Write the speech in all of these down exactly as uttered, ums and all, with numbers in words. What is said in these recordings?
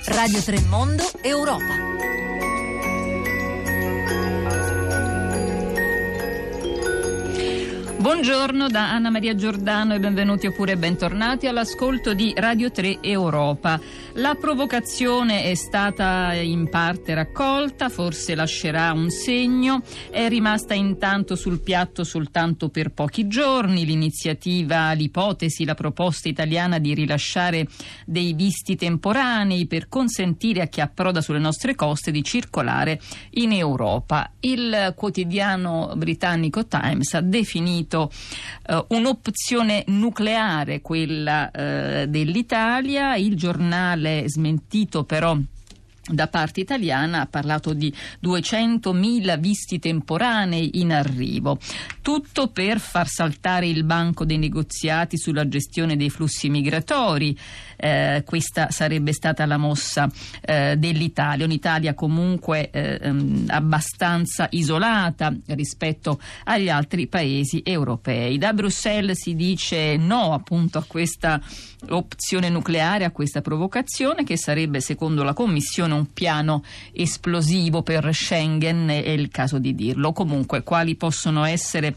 Radio tre Mondo Europa. Buongiorno da Anna Maria Giordano e benvenuti oppure bentornati all'ascolto di Radio tre Europa. La provocazione è stata in parte raccolta, forse lascerà un segno, è rimasta intanto sul piatto soltanto per pochi giorni l'iniziativa, l'ipotesi, la proposta italiana di rilasciare dei visti temporanei per consentire a chi approda sulle nostre coste di circolare in Europa. Il quotidiano britannico Times ha definito Uh, un'opzione nucleare quella uh, dell'Italia. Il giornale, smentito però da parte italiana, ha parlato di duecentomila visti temporanei in arrivo. Tutto per far saltare il banco dei negoziati sulla gestione dei flussi migratori. Eh, questa sarebbe stata la mossa eh, dell'Italia, un'Italia comunque eh, ehm, abbastanza isolata rispetto agli altri paesi europei. Da Bruxelles si dice no appunto a questa opzione nucleare, a questa provocazione che sarebbe, secondo la Commissione, un piano esplosivo per Schengen, è il caso di dirlo. Comunque, quali possono essere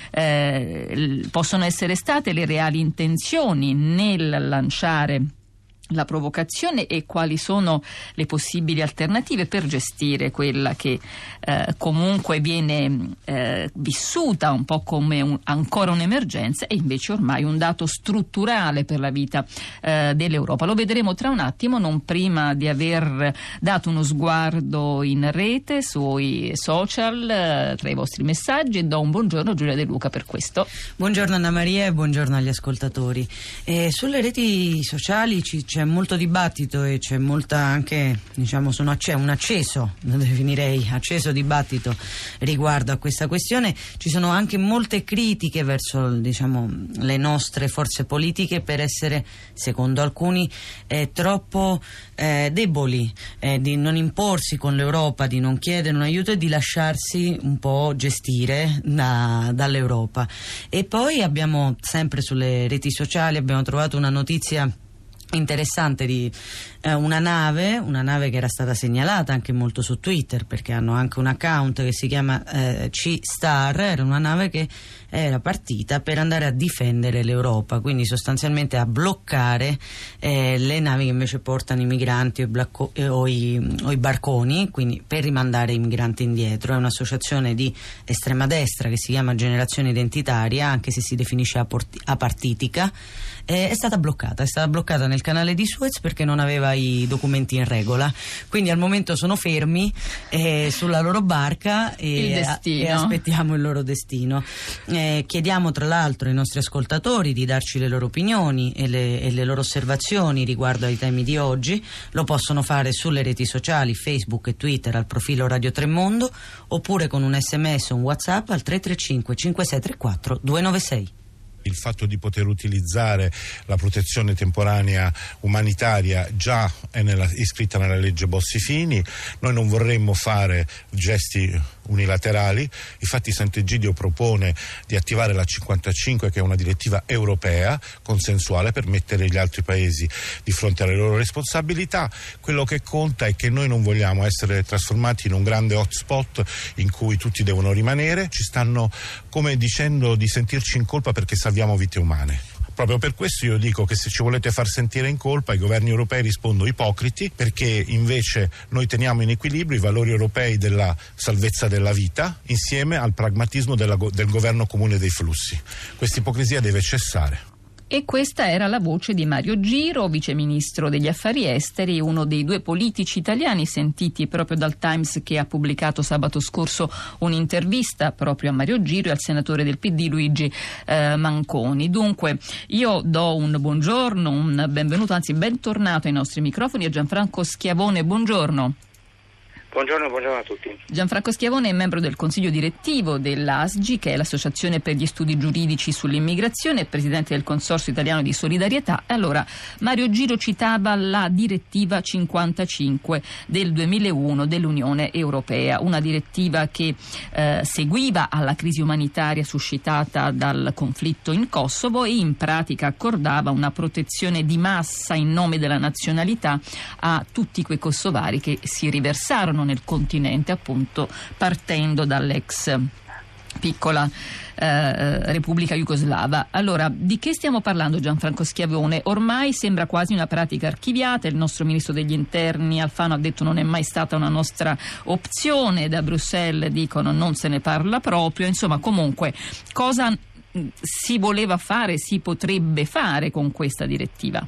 eh, possono essere state le reali intenzioni nel lanciare la provocazione e quali sono le possibili alternative per gestire quella che eh, comunque viene eh, vissuta un po' come un, ancora un'emergenza e invece ormai un dato strutturale per la vita eh, dell'Europa. Lo vedremo tra un attimo, non prima di aver dato uno sguardo in rete sui social eh, tra i vostri messaggi, e do un buongiorno a Giulia De Luca per questo. Buongiorno Anna Maria e buongiorno agli ascoltatori. Eh, sulle reti sociali ci c'è molto dibattito e c'è molta anche, diciamo, sono, c'è un acceso, lo definirei acceso dibattito riguardo a questa questione. Ci sono anche molte critiche verso, diciamo, le nostre forze politiche per essere, secondo alcuni, eh, troppo eh, deboli, eh, di non imporsi con l'Europa, di non chiedere un aiuto e di lasciarsi un po' gestire da, dall'Europa. E poi abbiamo, sempre sulle reti sociali, abbiamo trovato una notizia interessante di eh, una nave, una nave che era stata segnalata anche molto su Twitter, perché hanno anche un account che si chiama eh, C-Star. Era una nave che era partita per andare a difendere l'Europa, quindi sostanzialmente a bloccare eh, le navi che invece portano i migranti o i, blacco- eh, o, i, o i barconi, quindi per rimandare i migranti indietro. È un'associazione di estrema destra che si chiama Generazione Identitaria, anche se si definisce aport- apartitica. Eh, è stata bloccata, è stata bloccata nel canale di Suez perché non aveva i documenti in regola, quindi al momento sono fermi eh, sulla loro barca e, a, e aspettiamo il loro destino. Eh, chiediamo tra l'altro ai nostri ascoltatori di darci le loro opinioni e le, e le loro osservazioni riguardo ai temi di oggi. Lo possono fare sulle reti sociali Facebook e Twitter al profilo Radio tre Mondo, oppure con un sms o un WhatsApp al tre tre cinque cinque sei tre quattro due nove sei. Il fatto di poter utilizzare la protezione temporanea umanitaria già è nella, iscritta nella legge Bossi-Fini. Noi non vorremmo fare gesti unilaterali. Infatti Sant'Egidio propone di attivare la cinquantacinque, che è una direttiva europea consensuale per mettere gli altri paesi di fronte alle loro responsabilità. Quello che conta è che noi non vogliamo essere trasformati in un grande hotspot in cui tutti devono rimanere. Ci stanno come dicendo di sentirci in colpa perché salviamo vite umane. Proprio per questo io dico che se ci volete far sentire in colpa, i governi europei rispondo ipocriti, perché invece noi teniamo in equilibrio i valori europei della salvezza della vita insieme al pragmatismo della, del governo comune dei flussi. Questa ipocrisia deve cessare. E questa era la voce di Mario Giro, viceministro degli affari esteri, uno dei due politici italiani sentiti proprio dal Times, che ha pubblicato sabato scorso un'intervista proprio a Mario Giro e al senatore del P D Luigi eh, Manconi. Dunque io do un buongiorno, un benvenuto, anzi bentornato ai nostri microfoni a Gianfranco Schiavone. Buongiorno. Buongiorno, buongiorno a tutti. Gianfranco Schiavone è membro del consiglio direttivo dell'A S G I, che è l'Associazione per gli Studi Giuridici sull'Immigrazione, e presidente del Consorzio Italiano di Solidarietà. Allora, Mario Giro citava la direttiva cinquantacinque del duemilauno dell'Unione Europea, una direttiva che eh, seguiva alla crisi umanitaria suscitata dal conflitto in Kosovo e in pratica accordava una protezione di massa in nome della nazionalità a tutti quei kosovari che si riversarono nel continente, appunto partendo dall'ex piccola eh, Repubblica Jugoslava. Allora, di che stiamo parlando, Gianfranco Schiavone? Ormai sembra quasi una pratica archiviata. Il nostro ministro degli interni Alfano ha detto non è mai stata una nostra opzione, da Bruxelles dicono non se ne parla proprio. Insomma, comunque, cosa si voleva fare, si potrebbe fare con questa direttiva?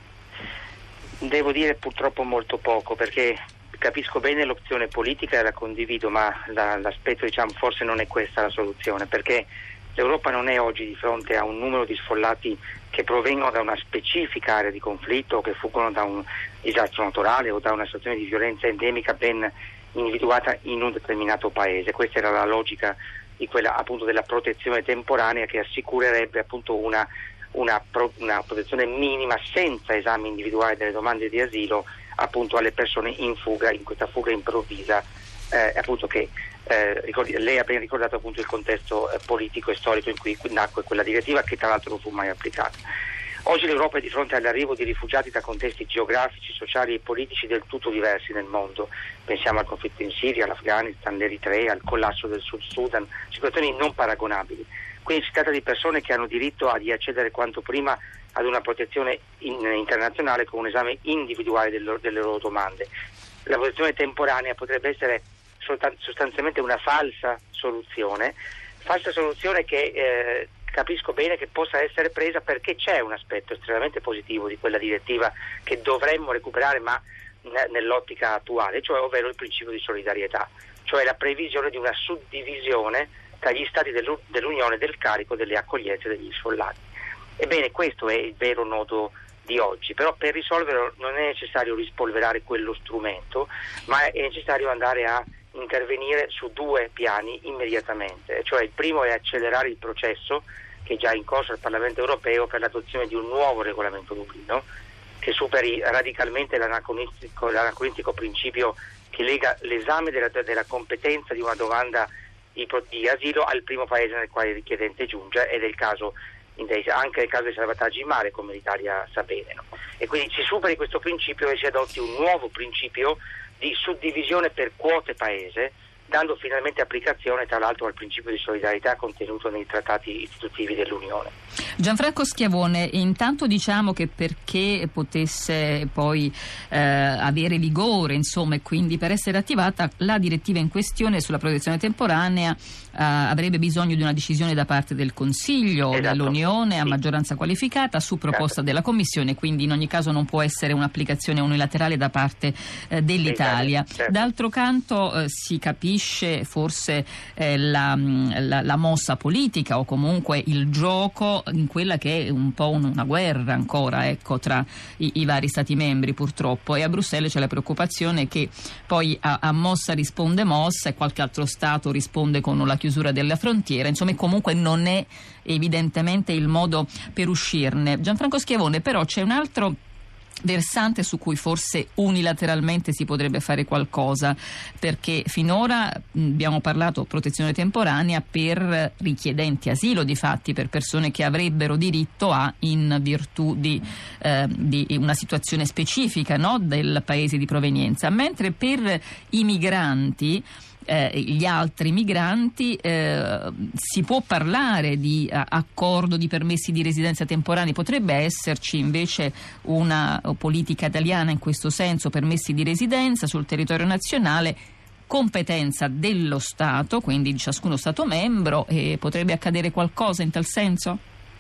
Devo dire purtroppo molto poco, perché capisco bene l'opzione politica e la condivido, ma la, l'aspetto, diciamo, forse non è questa la soluzione, perché l'Europa non è oggi di fronte a un numero di sfollati che provengono da una specifica area di conflitto o che fuggono da un disastro naturale o da una situazione di violenza endemica ben individuata in un determinato paese. Questa era la logica di quella, appunto, della protezione temporanea, che assicurerebbe appunto una, una, una protezione minima senza esame individuale delle domande di asilo appunto alle persone in fuga, in questa fuga improvvisa, eh, appunto che eh, ricordi, lei ha ben ricordato appunto il contesto eh, politico e storico in cui nacque quella direttiva, che tra l'altro non fu mai applicata. Oggi l'Europa è di fronte all'arrivo di rifugiati da contesti geografici, sociali e politici del tutto diversi nel mondo. Pensiamo al conflitto in Siria, all'Afghanistan, all'Eritrea, al collasso del Sud Sudan, situazioni non paragonabili. Quindi si tratta di persone che hanno diritto a di accedere quanto prima ad una protezione in, internazionale con un esame individuale del, delle loro domande. La protezione temporanea potrebbe essere soltan- sostanzialmente una falsa soluzione, falsa soluzione che eh, capisco bene che possa essere presa, perché c'è un aspetto estremamente positivo di quella direttiva che dovremmo recuperare, ma n- nell'ottica attuale, cioè ovvero il principio di solidarietà, cioè la previsione di una suddivisione tra gli Stati dell'U- dell'Unione del carico delle accoglienze degli sfollati. Ebbene, questo è il vero nodo di oggi, però per risolverlo non è necessario rispolverare quello strumento, ma è necessario andare a intervenire su due piani immediatamente. Cioè, il primo è accelerare il processo che è già in corso al Parlamento europeo per l'adozione di un nuovo regolamento Dublino che superi radicalmente l'anacronistico, l'anacronistico principio che lega l'esame della, della competenza di una domanda di, di asilo al primo paese nel quale il richiedente giunge, ed è il caso anche nel caso dei salvataggi in mare, come l'Italia sa bene, no? E quindi si superi questo principio e si adotti un nuovo principio di suddivisione per quote paese, dando finalmente applicazione tra l'altro al principio di solidarietà contenuto nei trattati istitutivi dell'Unione. Gianfranco Schiavone, intanto diciamo che perché potesse poi eh, avere vigore, insomma, e quindi per essere attivata, la direttiva in questione sulla protezione temporanea eh, avrebbe bisogno di una decisione da parte del Consiglio, esatto, dell'Unione, a sì, maggioranza qualificata, su proposta, certo, della Commissione, quindi in ogni caso non può essere un'applicazione unilaterale da parte eh, dell'Italia. Certo. D'altro canto eh, si capisce forse eh, la, la, la mossa politica, o comunque il gioco in quella che è un po' una guerra ancora, ecco, tra i, i vari Stati membri, purtroppo, e a Bruxelles c'è la preoccupazione che poi a, a mossa risponde mossa e qualche altro Stato risponde con la chiusura della frontiera, insomma, comunque non è evidentemente il modo per uscirne. Gianfranco Schiavone, però c'è un altro versante su cui forse unilateralmente si potrebbe fare qualcosa, perché finora abbiamo parlato protezione temporanea per richiedenti asilo, di fatti per persone che avrebbero diritto a, in virtù di, eh, di una situazione specifica, no, del paese di provenienza, mentre per i migranti, Eh, gli altri migranti, eh, si può parlare di uh, accordo di permessi di residenza temporanei. Potrebbe esserci invece una uh, politica italiana in questo senso, permessi di residenza sul territorio nazionale, competenza dello Stato, quindi di ciascuno Stato membro, e potrebbe accadere qualcosa in tal senso?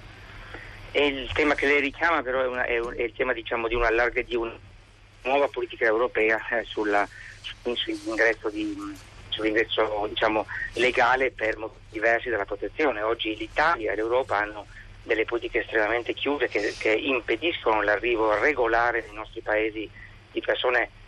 E il tema che lei richiama però è, una, è, un, è il tema, diciamo, di una larga, di una nuova politica europea eh, sulla, sull'ingresso di sull'ingresso, diciamo, legale per motivi diversi dalla protezione. Oggi l'Italia e l'Europa hanno delle politiche estremamente chiuse che, che impediscono l'arrivo regolare nei nostri paesi di persone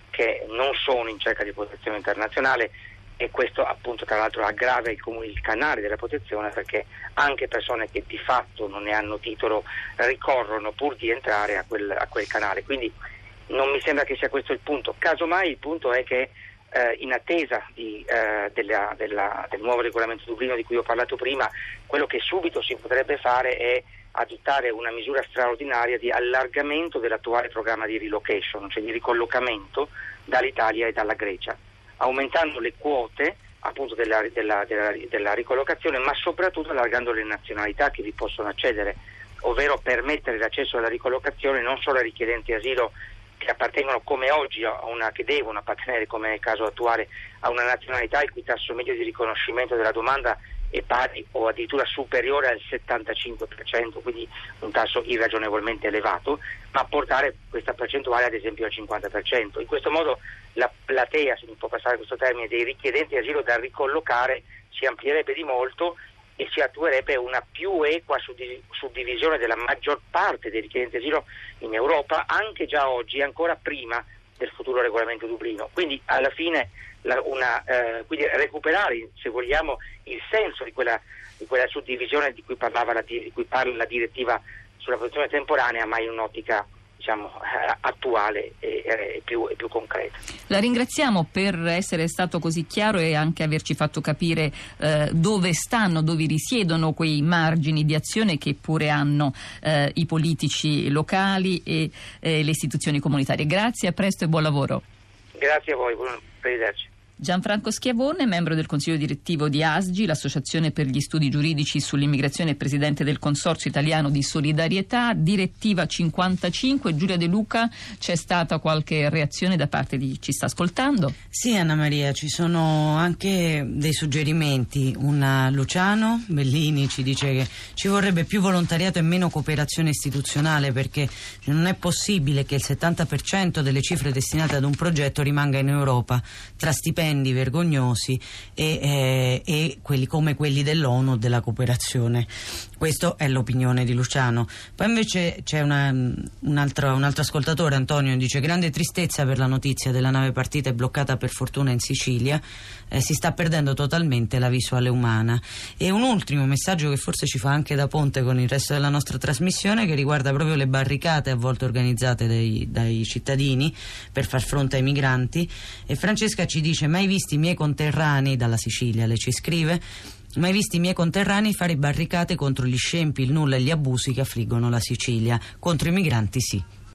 che non sono in cerca di protezione internazionale, e questo appunto tra l'altro aggrava il, il canale della protezione, perché anche persone che di fatto non ne hanno titolo ricorrono pur di entrare a quel, a quel canale. Quindi non mi sembra che sia questo il punto. Casomai il punto è che eh, in attesa di, eh, della, della, del nuovo regolamento Dublino di cui ho parlato prima, quello che subito si potrebbe fare è adottare una misura straordinaria di allargamento dell'attuale programma di relocation, cioè di ricollocamento dall'Italia e dalla Grecia, aumentando le quote appunto della, della, della, della ricollocazione, ma soprattutto allargando le nazionalità che vi possono accedere, ovvero permettere l'accesso alla ricollocazione non solo ai richiedenti asilo che appartengono come oggi a una, che devono appartenere, come nel caso attuale, a una nazionalità il cui tasso medio di riconoscimento della domanda è pari o addirittura superiore al settantacinque per cento, quindi un tasso irragionevolmente elevato, ma portare questa percentuale ad esempio al cinquanta per cento. In questo modo la platea, se mi può passare questo termine, dei richiedenti asilo da ricollocare si amplierebbe di molto e si attuerebbe una più equa suddivisione della maggior parte dei richiedenti asilo in Europa, anche già oggi, ancora prima del futuro regolamento Dublino. Quindi alla fine la, una, eh, quindi recuperare, se vogliamo, il senso di quella, di quella suddivisione di cui parlava la, di cui parla la direttiva sulla protezione temporanea, ma in un'ottica diciamo attuale e, e, più, e più concreta. La ringraziamo per essere stato così chiaro e anche averci fatto capire eh, dove stanno, dove risiedono quei margini di azione che pure hanno eh, i politici locali e eh, le istituzioni comunitarie. Grazie, a presto e buon lavoro. Grazie a voi, buon, arrivederci. Gianfranco Schiavone, membro del Consiglio direttivo di A S G I, l'Associazione per gli Studi Giuridici sull'Immigrazione e presidente del Consorzio Italiano di Solidarietà, direttiva cinquantacinque. Giulia De Luca, c'è stata qualche reazione da parte di chi sta ascoltando? Sì, Anna Maria, ci sono anche dei suggerimenti. Una Luciano Bellini ci dice che ci vorrebbe più volontariato e meno cooperazione istituzionale, perché non è possibile che il settanta per cento delle cifre destinate ad un progetto rimanga in Europa, tra stipendi vergognosi e, eh, e quelli come quelli dell'ONU della cooperazione. Questa è l'opinione di Luciano. Poi invece c'è una, un, altro, un altro ascoltatore, Antonio, dice: grande tristezza per la notizia della nave partita e bloccata per fortuna in Sicilia, eh, si sta perdendo totalmente la visuale umana. E un ultimo messaggio che forse ci fa anche da ponte con il resto della nostra trasmissione, che riguarda proprio le barricate a volte organizzate dai, dai cittadini per far fronte ai migranti. E Francesca ci dice: mai visti i miei conterranei, dalla Sicilia lei ci scrive, mai visti i miei conterranei fare barricate contro gli scempi, il nulla e gli abusi che affliggono la Sicilia. Contro i migranti sì.